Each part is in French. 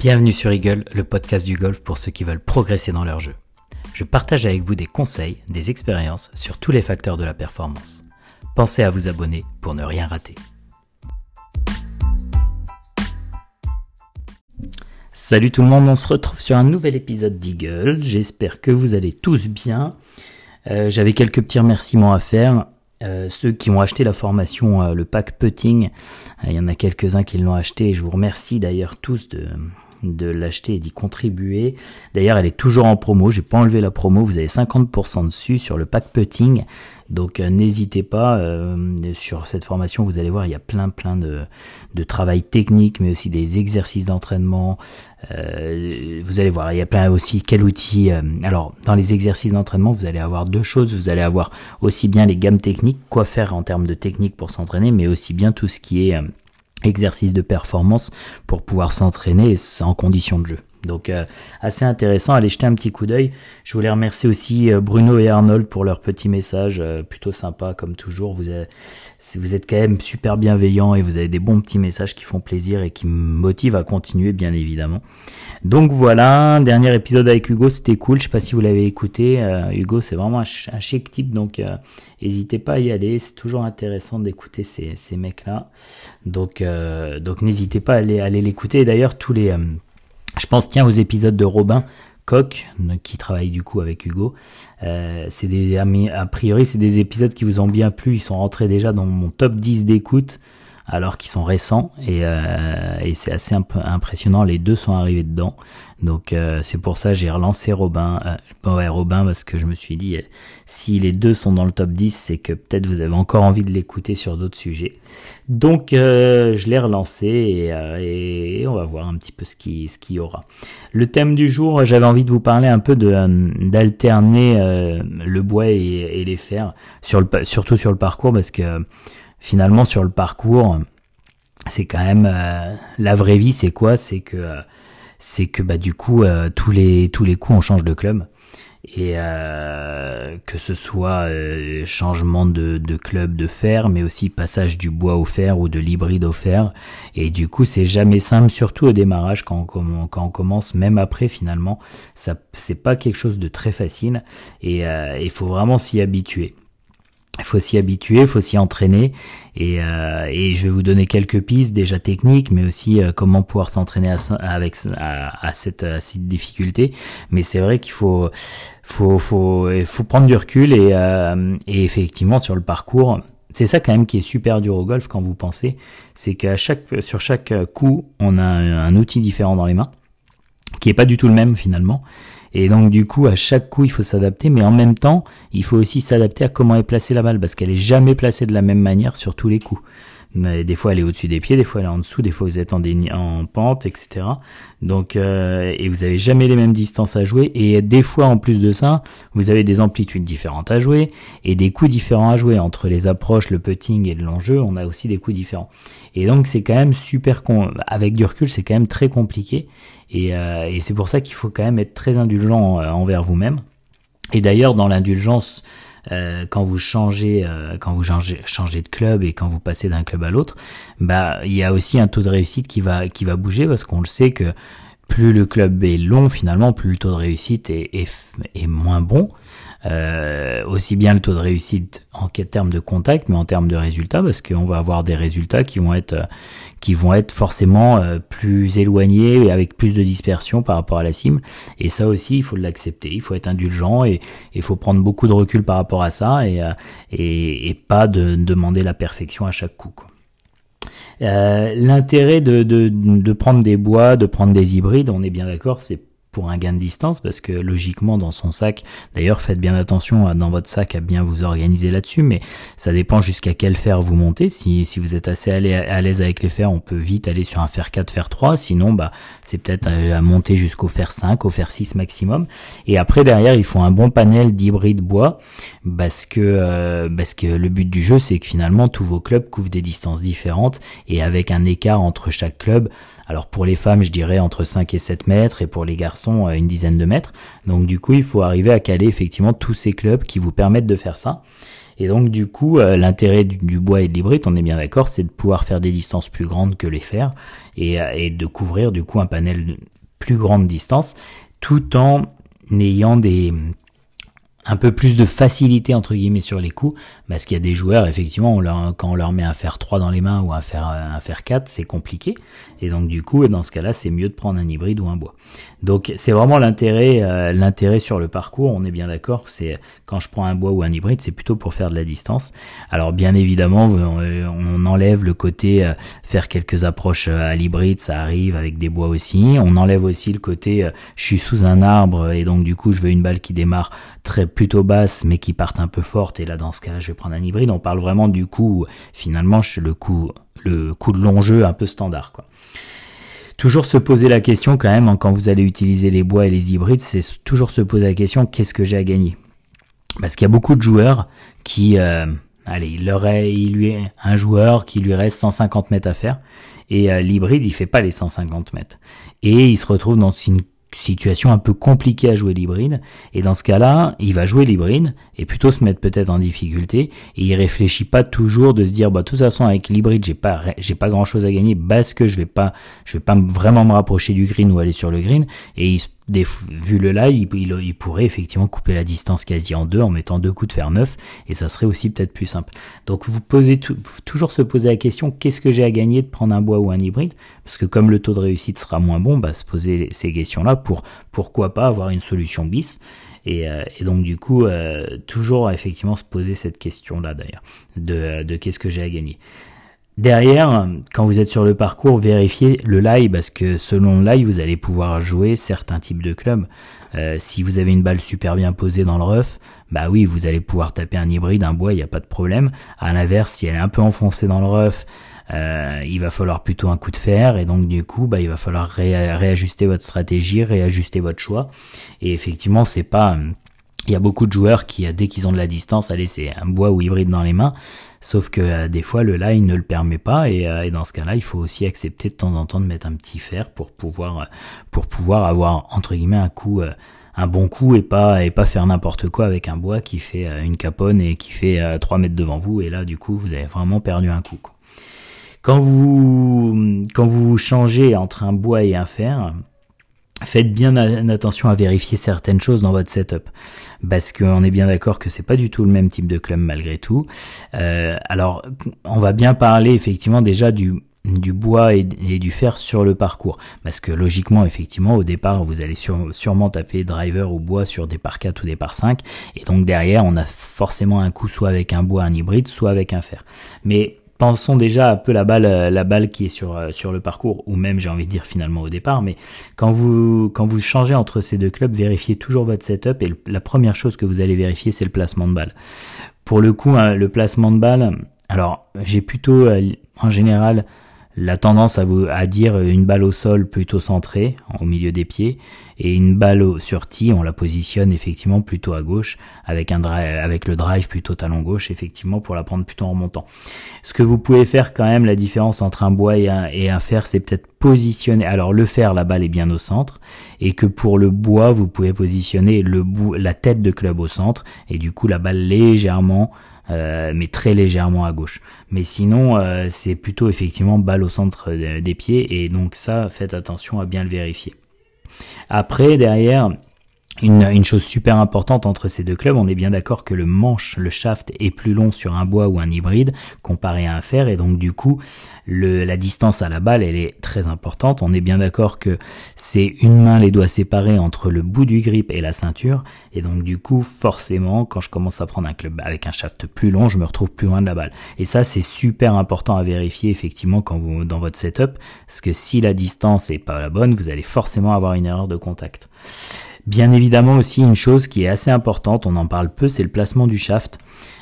Bienvenue sur Eagle, le podcast du golf pour ceux qui veulent progresser dans leur jeu. Je partage avec vous des conseils, des expériences sur tous les facteurs de la performance. Pensez à vous abonner pour ne rien rater. Salut tout le monde, on se retrouve sur un nouvel épisode d'Eagle. J'espère que vous allez tous bien. J'avais quelques petits remerciements à faire. Ceux qui ont acheté la formation, le pack putting, il y en a quelques-uns qui l'ont acheté et je vous remercie d'ailleurs tous de l'acheter et d'y contribuer. D'ailleurs, elle est toujours en promo, j'ai pas enlevé la promo, vous avez 50% dessus sur le pack putting. Donc n'hésitez pas, sur cette formation, vous allez voir, il y a plein de travail technique, mais aussi des exercices d'entraînement. Vous allez voir, il y a plein aussi quel outil. Alors, dans les exercices d'entraînement, vous allez avoir deux choses. Vous allez avoir aussi bien les gammes techniques, quoi faire en termes de technique pour s'entraîner, mais aussi bien tout ce qui est exercice de performance pour pouvoir s'entraîner en conditions de jeu. Donc assez intéressant, allez jeter un petit coup d'œil. Je voulais remercier aussi Bruno et Arnold pour leur petit message, plutôt sympa comme toujours. Vous êtes quand même super bienveillants et vous avez des bons petits messages qui font plaisir et qui me motivent à continuer bien évidemment. Donc voilà, dernier épisode avec Hugo, c'était cool, je sais pas si vous l'avez écouté. Hugo c'est vraiment un chic type, donc n'hésitez pas à y aller, c'est toujours intéressant d'écouter ces mecs là. Donc n'hésitez pas à aller l'écouter. D'ailleurs je pense aux épisodes de Robin Koch, qui travaille du coup avec Hugo. A priori, c'est des épisodes qui vous ont bien plu. Ils sont rentrés déjà dans mon top 10 d'écoute, alors qu'ils sont récents. Et c'est assez impressionnant. Les deux sont arrivés dedans. Donc c'est pour ça que j'ai relancé Robin, parce que je me suis dit, si les deux sont dans le top 10, c'est que peut-être vous avez encore envie de l'écouter sur d'autres sujets. Donc je l'ai relancé et on va voir un petit peu ce qu'il y aura. Le thème du jour, j'avais envie de vous parler un peu d'alterner le bois et les fers, surtout sur le parcours, parce que finalement sur le parcours, c'est quand même la vraie vie, c'est quoi? C'est que du coup tous les coups on change de club et que ce soit changement de club de fer, mais aussi passage du bois au fer ou de l'hybride au fer, et du coup c'est jamais simple, surtout au démarrage quand on commence, même après finalement ça c'est pas quelque chose de très facile et il faut vraiment s'y habituer. Il faut s'y habituer, il faut s'y entraîner et je vais vous donner quelques pistes déjà techniques, mais aussi comment pouvoir s'entraîner à cette difficulté. Mais c'est vrai qu'il faut prendre du recul et effectivement sur le parcours, c'est ça quand même qui est super dur au golf quand vous pensez, c'est qu'à sur chaque coup on a un outil différent dans les mains qui est pas du tout le même finalement. Et donc du coup à chaque coup il faut s'adapter, mais en même temps il faut aussi s'adapter à comment est placée la balle, parce qu'elle est jamais placée de la même manière sur tous les coups. Des fois elle est au-dessus des pieds, des fois elle est en dessous, des fois vous êtes en pente, etc. Donc et vous avez jamais les mêmes distances à jouer, et des fois en plus de ça vous avez des amplitudes différentes à jouer et des coups différents à jouer. Entre les approches, le putting et le long jeu, on a aussi des coups différents, et donc c'est quand même avec du recul c'est quand même très compliqué, et c'est pour ça qu'il faut quand même être très indulgent envers vous-même. Et d'ailleurs dans l'indulgence, quand vous changez de club et quand vous passez d'un club à l'autre, il y a aussi un taux de réussite qui va bouger, parce qu'on le sait que plus le club est long finalement, plus le taux de réussite est moins bon. Aussi bien le taux de réussite en termes de contact, mais en termes de résultats, parce qu'on va avoir des résultats qui vont être forcément plus éloignés et avec plus de dispersion par rapport à la cible. Et ça aussi, il faut l'accepter, il faut être indulgent et il faut prendre beaucoup de recul par rapport à ça et pas de demander la perfection à chaque coup, quoi. L'intérêt de prendre des bois, de prendre des hybrides, on est bien d'accord, c'est pour un gain de distance, parce que logiquement dans son sac, d'ailleurs faites bien attention dans votre sac à bien vous organiser là-dessus, mais ça dépend jusqu'à quel fer vous montez. Si vous êtes assez à l'aise avec les fers, on peut vite aller sur un fer 4, fer 3, sinon c'est peut-être à monter jusqu'au fer 5, au fer 6 maximum. Et après derrière il faut un bon panel d'hybride bois, parce que le but du jeu c'est que finalement tous vos clubs couvrent des distances différentes et avec un écart entre chaque club. Alors pour les femmes, je dirais entre 5 et 7 mètres, et pour les garçons, une dizaine de mètres. Donc du coup, il faut arriver à caler effectivement tous ces clubs qui vous permettent de faire ça. Et donc du coup, l'intérêt du bois et de l'hybride, on est bien d'accord, c'est de pouvoir faire des distances plus grandes que les fers et de couvrir du coup un panel de plus grande distance, tout en ayant un peu plus de facilité entre guillemets sur les coups, parce qu'il y a des joueurs effectivement quand on leur met un fer 3 dans les mains ou un fer 4, c'est compliqué, et donc du coup dans ce cas-là c'est mieux de prendre un hybride ou un bois. Donc c'est vraiment l'intérêt sur le parcours, on est bien d'accord, c'est quand je prends un bois ou un hybride, c'est plutôt pour faire de la distance. Alors bien évidemment on enlève le côté faire quelques approches à l'hybride, ça arrive avec des bois aussi, on enlève aussi le côté je suis sous un arbre et donc du coup je veux une balle qui démarre plutôt basse mais qui parte un peu forte, et là dans ce cas-là je vais prendre un hybride. On parle vraiment du coup finalement le coup de long jeu un peu standard quoi. Toujours se poser la question quand même quand vous allez utiliser les bois et les hybrides, c'est toujours se poser la question qu'est-ce que j'ai à gagner, parce qu'il y a beaucoup de joueurs qui il lui est un joueur qui lui reste 150 mètres à faire et l'hybride il fait pas les 150 mètres et il se retrouve dans une situation un peu compliquée à jouer l'hybride, et dans ce cas-là, il va jouer l'hybride et plutôt se mettre peut-être en difficulté, et il réfléchit pas toujours de se dire de toute façon avec l'hybride j'ai pas grand-chose à gagner parce que je vais pas vraiment me rapprocher du green ou aller sur le green, et vu le live, il pourrait effectivement couper la distance quasi en deux en mettant 2 coups de fer 9, et ça serait aussi peut-être plus simple. Donc vous toujours se poser la question qu'est-ce que j'ai à gagner de prendre un bois ou un hybride, parce que comme le taux de réussite sera moins bon, se poser ces questions-là pour pourquoi pas avoir une solution bis. Et donc du coup toujours effectivement se poser cette question-là d'ailleurs de qu'est-ce que j'ai à gagner. Derrière, quand vous êtes sur le parcours, vérifiez le lie, parce que selon le lie, vous allez pouvoir jouer certains types de clubs. Si vous avez une balle super bien posée dans le rough, oui, vous allez pouvoir taper un hybride, un bois, il n'y a pas de problème. À l'inverse, si elle est un peu enfoncée dans le rough, il va falloir plutôt un coup de fer, et donc du coup, il va falloir réajuster votre stratégie, réajuster votre choix. Et effectivement, c'est pas... Il y a beaucoup de joueurs qui, dès qu'ils ont de la distance, allez, c'est un bois ou hybride dans les mains. Sauf que des fois, le lie ne le permet pas. Et dans ce cas-là, il faut aussi accepter de temps en temps de mettre un petit fer pour pouvoir avoir, entre guillemets, un bon coup, et pas faire n'importe quoi avec un bois qui fait une caponne et qui fait 3 mètres devant vous. Et là, du coup, vous avez vraiment perdu un coup, quoi. Quand vous changez entre un bois et un fer, faites bien attention à vérifier certaines choses dans votre setup, parce qu'on est bien d'accord que c'est pas du tout le même type de club malgré tout. Alors, on va bien parler effectivement déjà du bois et du fer sur le parcours, parce que logiquement effectivement au départ vous allez sûrement taper driver ou bois sur des par 4 ou des par 5, et donc derrière on a forcément un coup soit avec un bois, un hybride, soit avec un fer. Mais pensons déjà un peu la balle qui est sur le parcours, ou même j'ai envie de dire finalement au départ, mais quand vous changez entre ces deux clubs, vérifiez toujours votre setup, et la première chose que vous allez vérifier, c'est le placement de balle. Pour le coup, le placement de balle, alors j'ai plutôt en général la tendance à dire une balle au sol plutôt centrée, au milieu des pieds, et une balle sur tee, on la positionne effectivement plutôt à gauche, avec le drive plutôt talon gauche, effectivement, pour la prendre plutôt en remontant. Ce que vous pouvez faire quand même, la différence entre un bois et un fer, c'est peut-être positionner, alors le fer, la balle est bien au centre, et que pour le bois, vous pouvez positionner la tête de club au centre, et du coup la balle légèrement, mais très légèrement à gauche. Mais sinon, c'est plutôt effectivement balle au centre des pieds, et donc ça, faites attention à bien le vérifier. Après, derrière, une chose super importante entre ces deux clubs, on est bien d'accord que le shaft est plus long sur un bois ou un hybride comparé à un fer, et donc du coup la distance à la balle elle est très importante. On est bien d'accord que c'est une main les doigts séparés entre le bout du grip et la ceinture, et donc du coup forcément quand je commence à prendre un club avec un shaft plus long, je me retrouve plus loin de la balle, et ça c'est super important à vérifier effectivement quand vous dans votre setup, parce que si la distance est pas la bonne, vous allez forcément avoir une erreur de contact. Bien évidemment aussi une chose qui est assez importante, on en parle peu, c'est le placement du shaft.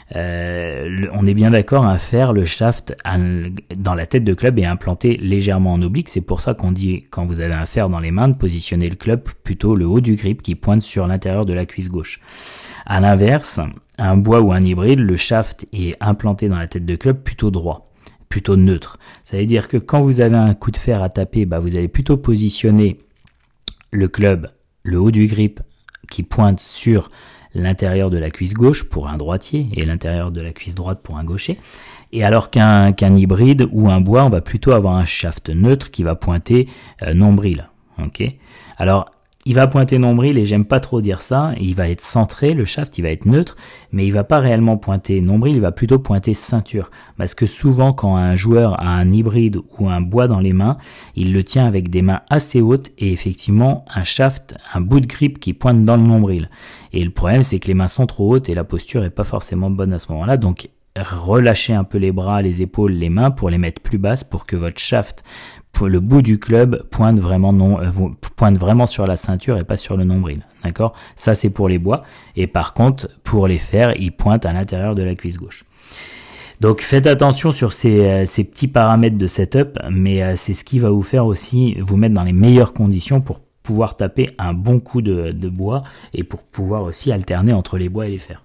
On est bien d'accord, un fer, le shaft dans la tête de club est implanté légèrement en oblique, c'est pour ça qu'on dit quand vous avez un fer dans les mains de positionner le club plutôt le haut du grip qui pointe sur l'intérieur de la cuisse gauche. À l'inverse, un bois ou un hybride, le shaft est implanté dans la tête de club plutôt droit, plutôt neutre. Ça veut dire que quand vous avez un coup de fer à taper, vous allez plutôt positionner le club, le haut du grip qui pointe sur l'intérieur de la cuisse gauche pour un droitier et l'intérieur de la cuisse droite pour un gaucher. Et alors qu'un hybride ou un bois, on va plutôt avoir un shaft neutre qui va pointer nombril. Ok. Alors il va pointer nombril et j'aime pas trop dire ça, il va être centré, le shaft il va être neutre, mais il va pas réellement pointer nombril, il va plutôt pointer ceinture. Parce que souvent quand un joueur a un hybride ou un bois dans les mains, il le tient avec des mains assez hautes et effectivement un shaft, un bout de grip qui pointe dans le nombril. Et le problème c'est que les mains sont trop hautes et la posture est pas forcément bonne à ce moment-là, donc relâchez un peu les bras, les épaules, les mains pour les mettre plus basses pour que votre shaft, le bout du club pointe vraiment sur la ceinture et pas sur le nombril, d'accord? Ça c'est pour les bois, et par contre pour les fers, ils pointent à l'intérieur de la cuisse gauche. Donc faites attention sur ces petits paramètres de setup, mais c'est ce qui va vous faire aussi vous mettre dans les meilleures conditions pour pouvoir taper un bon coup de bois et pour pouvoir aussi alterner entre les bois et les fers.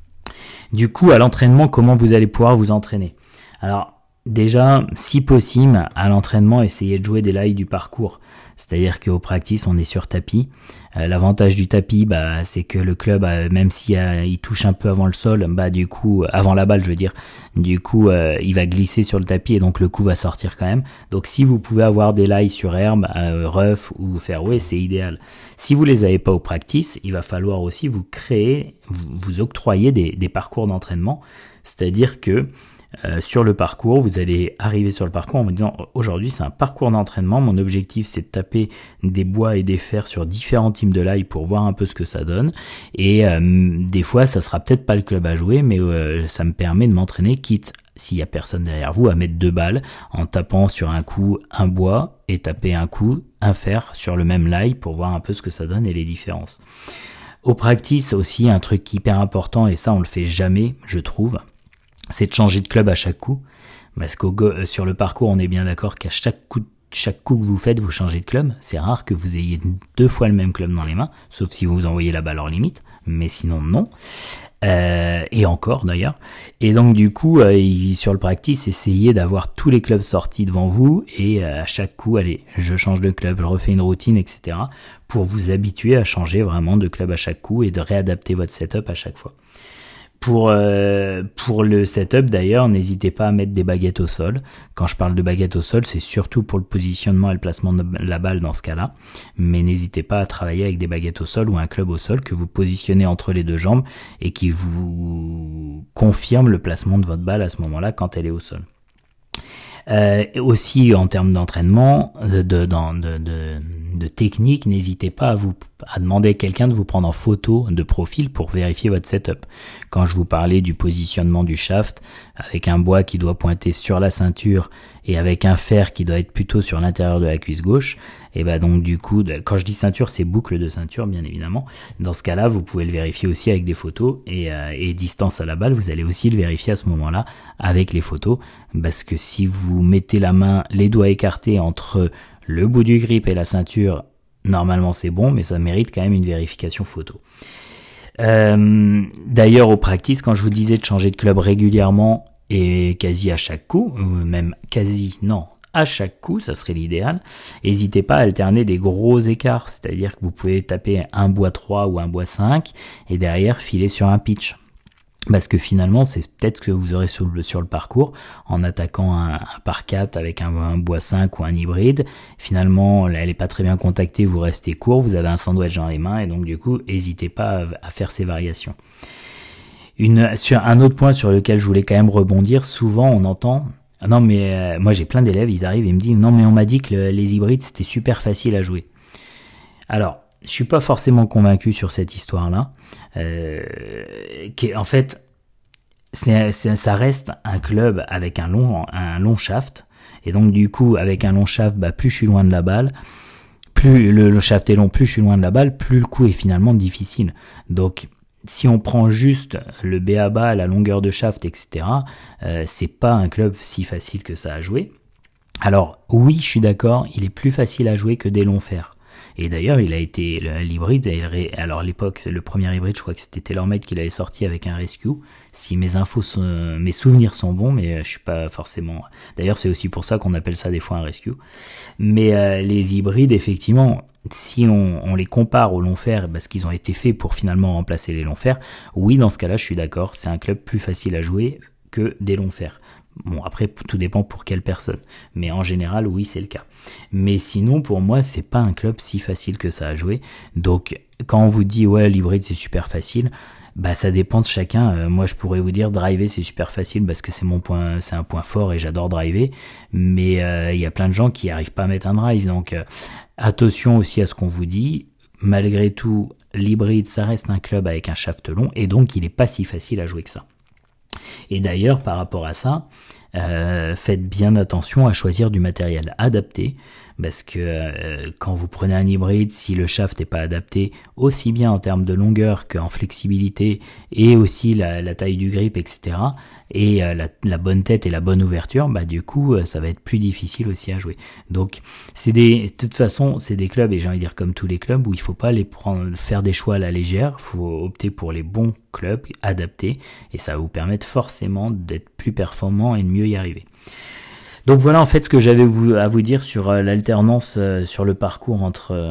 Du coup, à l'entraînement, comment vous allez pouvoir vous entraîner? Alors, déjà, si possible, à l'entraînement, essayez de jouer des lies du parcours. C'est-à-dire qu'au practice, on est sur tapis. L'avantage du tapis, c'est que le club, même si il touche un peu avant le sol, du coup, avant la balle, je veux dire, du coup, il va glisser sur le tapis et donc le coup va sortir quand même. Donc, si vous pouvez avoir des lies sur herbe, rough ou fairway, c'est idéal. Si vous les avez pas au practice, il va falloir aussi vous créer, vous octroyer des parcours d'entraînement. C'est-à-dire que sur le parcours, vous allez arriver sur le parcours en vous disant aujourd'hui c'est un parcours d'entraînement, mon objectif c'est de taper des bois et des fers sur différents types de lie pour voir un peu ce que ça donne, et des fois ça sera peut-être pas le club à jouer, mais ça me permet de m'entraîner, quitte s'il y a personne derrière vous, à mettre 2 balles en tapant sur un coup un bois et taper un coup un fer sur le même lie pour voir un peu ce que ça donne et les différences. Au practice aussi, un truc hyper important, et ça on le fait jamais je trouve, c'est de changer de club à chaque coup, parce que sur le parcours, on est bien d'accord qu'à chaque coup que vous faites, vous changez de club. C'est rare que vous ayez 2 fois le même club dans les mains, sauf si vous envoyez la balle hors limite, mais sinon non. Et encore d'ailleurs. Et donc du coup, sur le practice, essayez d'avoir tous les clubs sortis devant vous, et à chaque coup, allez, je change de club, je refais une routine, etc. pour vous habituer à changer vraiment de club à chaque coup et de réadapter votre setup à chaque fois. Pour le setup d'ailleurs, n'hésitez pas à mettre des baguettes au sol. Quand je parle de baguettes au sol, c'est surtout pour le positionnement et le placement de la balle dans ce cas-là. Mais n'hésitez pas à travailler avec des baguettes au sol ou un club au sol que vous positionnez entre les 2 jambes et qui vous confirme le placement de votre balle à ce moment-là quand elle est au sol. Aussi en termes d'entraînement, de technique, n'hésitez pas à demander à quelqu'un de vous prendre en photo de profil pour vérifier votre setup. Quand je vous parlais du positionnement du shaft, avec un bois qui doit pointer sur la ceinture et avec un fer qui doit être plutôt sur l'intérieur de la cuisse gauche, et donc du coup, quand je dis ceinture, c'est boucle de ceinture bien évidemment. Dans ce cas-là, vous pouvez le vérifier aussi avec des photos, et distance à la balle, vous allez aussi le vérifier à ce moment-là avec les photos, parce que si vous mettez la main, les doigts écartés entre le bout du grip et la ceinture, normalement c'est bon, mais ça mérite quand même une vérification photo. D'ailleurs au practice, quand je vous disais de changer de club régulièrement et quasi à chaque coup, même à chaque coup, ça serait l'idéal, n'hésitez pas à alterner des gros écarts, c'est-à-dire que vous pouvez taper un bois 3 ou un bois 5 et derrière filer sur un pitch. Parce que finalement, c'est peut-être ce que vous aurez sur le parcours en attaquant un par 4 avec un bois 5 ou un hybride. Finalement, elle est pas très bien contactée, vous restez court, vous avez un sandwich dans les mains, et donc du coup, n'hésitez pas à faire ces variations. Sur un autre point sur lequel je voulais quand même rebondir, souvent on entend « Non mais moi j'ai plein d'élèves, ils arrivent et me disent « Non mais on m'a dit que les hybrides c'était super facile à jouer. » Alors, je suis pas forcément convaincu sur cette histoire-là. En fait, ça reste un club avec un long shaft, et donc du coup avec un long shaft, plus je suis loin de la balle, plus le shaft est long, plus je suis loin de la balle, plus le coup est finalement difficile. Donc si on prend juste le b.a.-ba, la longueur de shaft, etc., c'est pas un club si facile que ça à jouer. Alors oui, je suis d'accord, il est plus facile à jouer que des longs fers. Et d'ailleurs, il a été l'hybride. Alors à l'époque, c'est le premier hybride, je crois que c'était TaylorMade qui l'avait sorti avec un rescue. Si mes souvenirs sont bons, mais je suis pas forcément. D'ailleurs, c'est aussi pour ça qu'on appelle ça des fois un rescue. Mais les hybrides, effectivement, si on les compare au long fer, parce qu'ils ont été faits pour finalement remplacer les longs fers, oui, dans ce cas-là, je suis d'accord, c'est un club plus facile à jouer que des longs fers. Bon, après, tout dépend pour quelle personne. Mais en général, oui, c'est le cas. Mais sinon, pour moi, c'est pas un club si facile que ça à jouer. Donc, quand on vous dit, ouais, l'hybride, c'est super facile, bah, ça dépend de chacun. Moi, je pourrais vous dire, driver, c'est super facile parce que c'est un point fort et j'adore driver. Mais il y a plein de gens qui arrivent pas à mettre un drive. Donc, attention aussi à ce qu'on vous dit. Malgré tout, l'hybride, ça reste un club avec un shaft long et donc, il est pas si facile à jouer que ça. Et d'ailleurs, par rapport à ça, faites bien attention à choisir du matériel adapté, parce que quand vous prenez un hybride, si le shaft n'est pas adapté, aussi bien en termes de longueur qu'en flexibilité, et aussi la taille du grip, etc., et la bonne tête et la bonne ouverture, bah du coup, ça va être plus difficile aussi à jouer. Donc, de toute façon, c'est des clubs, et j'ai envie de dire comme tous les clubs, où il faut pas faire des choix à la légère, il faut opter pour les bons clubs adaptés, et ça va vous permettre forcément d'être plus performant et de mieux y arriver. Donc voilà en fait ce que j'avais à vous dire sur l'alternance sur le parcours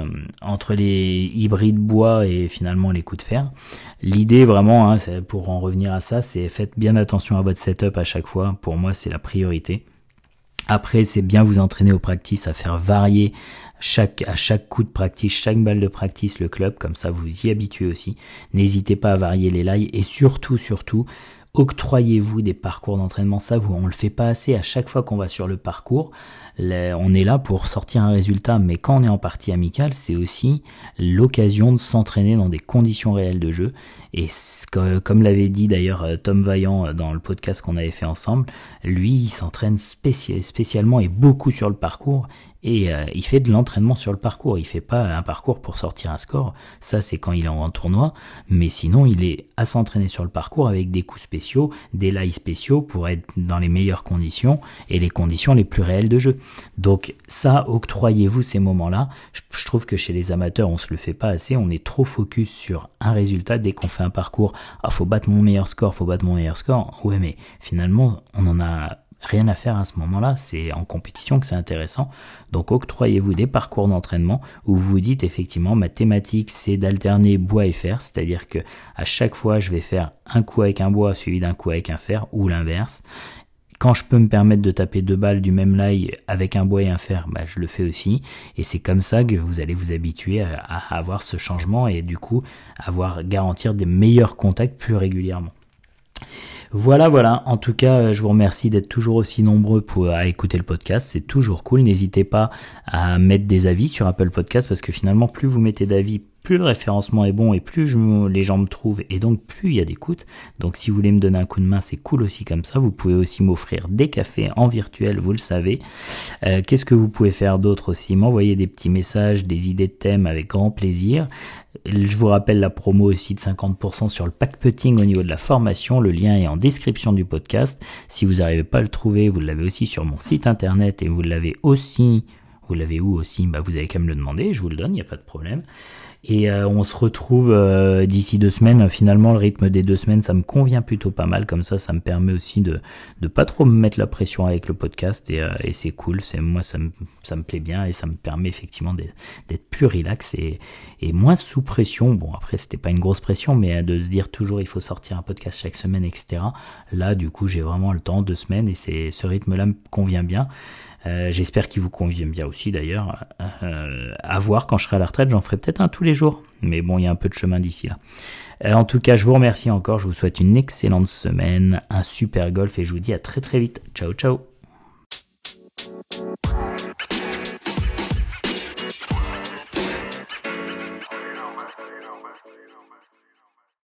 entre les hybrides bois et finalement les coups de fer. L'idée vraiment, pour en revenir à ça, c'est faites bien attention à votre setup à chaque fois. Pour moi, c'est la priorité. Après, c'est bien vous entraîner au practice, à faire varier à chaque coup de practice, chaque balle de practice le club, comme ça vous y habituez aussi. N'hésitez pas à varier les lies et surtout, octroyez-vous des parcours d'entraînement. Ça, on le fait pas assez. À chaque fois qu'on va sur le parcours, on est là pour sortir un résultat, mais quand on est en partie amicale, c'est aussi l'occasion de s'entraîner dans des conditions réelles de jeu. Et comme l'avait dit d'ailleurs Tom Vaillant dans le podcast qu'on avait fait ensemble, lui, il s'entraîne spécialement et beaucoup sur le parcours. Et il fait de l'entraînement sur le parcours. Il fait pas un parcours pour sortir un score. Ça, c'est quand il est en tournoi. Mais sinon, il est à s'entraîner sur le parcours avec des coups spéciaux, des lies spéciaux pour être dans les meilleures conditions et les conditions les plus réelles de jeu. Donc ça, octroyez-vous ces moments-là. Je trouve que chez les amateurs, on se le fait pas assez. On est trop focus sur un résultat dès qu'on fait un parcours. Ah, faut battre mon meilleur score, Ouais, mais finalement, on en a rien à faire à ce moment-là, c'est en compétition que c'est intéressant. Donc octroyez-vous des parcours d'entraînement où vous vous dites effectivement ma thématique c'est d'alterner bois et fer, c'est-à-dire que à chaque fois je vais faire un coup avec un bois suivi d'un coup avec un fer ou l'inverse. Quand je peux me permettre de taper 2 balles du même lie avec un bois et un fer, bah, je le fais aussi. Et c'est comme ça que vous allez vous habituer à avoir ce changement et du coup garantir des meilleurs contacts plus régulièrement. Voilà. En tout cas, je vous remercie d'être toujours aussi nombreux à écouter le podcast. C'est toujours cool. N'hésitez pas à mettre des avis sur Apple Podcast parce que finalement, plus vous mettez d'avis, plus le référencement est bon et plus les gens me trouvent et donc plus il y a d'écoute. Donc si vous voulez me donner un coup de main, c'est cool aussi comme ça. Vous pouvez aussi m'offrir des cafés en virtuel, vous le savez. Qu'est-ce que vous pouvez faire d'autre aussi? M'envoyer des petits messages, des idées de thèmes avec grand plaisir. Je vous rappelle la promo aussi de 50% sur le pack putting au niveau de la formation. Le lien est en description du podcast. Si vous n'arrivez pas à le trouver, vous l'avez aussi sur mon site internet et vous l'avez où aussi? Vous avez qu'à me le demander, je vous le donne, il n'y a pas de problème. Et on se retrouve d'ici 2 semaines. Finalement, le rythme des 2 semaines, ça me convient plutôt pas mal. Comme ça me permet aussi de pas trop me mettre la pression avec le podcast. Et c'est cool. Moi, ça me plaît bien et ça me permet effectivement d'être plus relax et moins sous pression. Bon, après, c'était pas une grosse pression, mais de se dire toujours il faut sortir un podcast chaque semaine, etc. Là, du coup, j'ai vraiment le temps, 2 semaines, et ce rythme-là me convient bien. J'espère qu'il vous convient bien aussi d'ailleurs. À voir, quand je serai à la retraite, j'en ferai peut-être un tous les jours. Mais bon, il y a un peu de chemin d'ici là. En tout cas, je vous remercie encore. Je vous souhaite une excellente semaine, un super golf et je vous dis à très très vite. Ciao, ciao.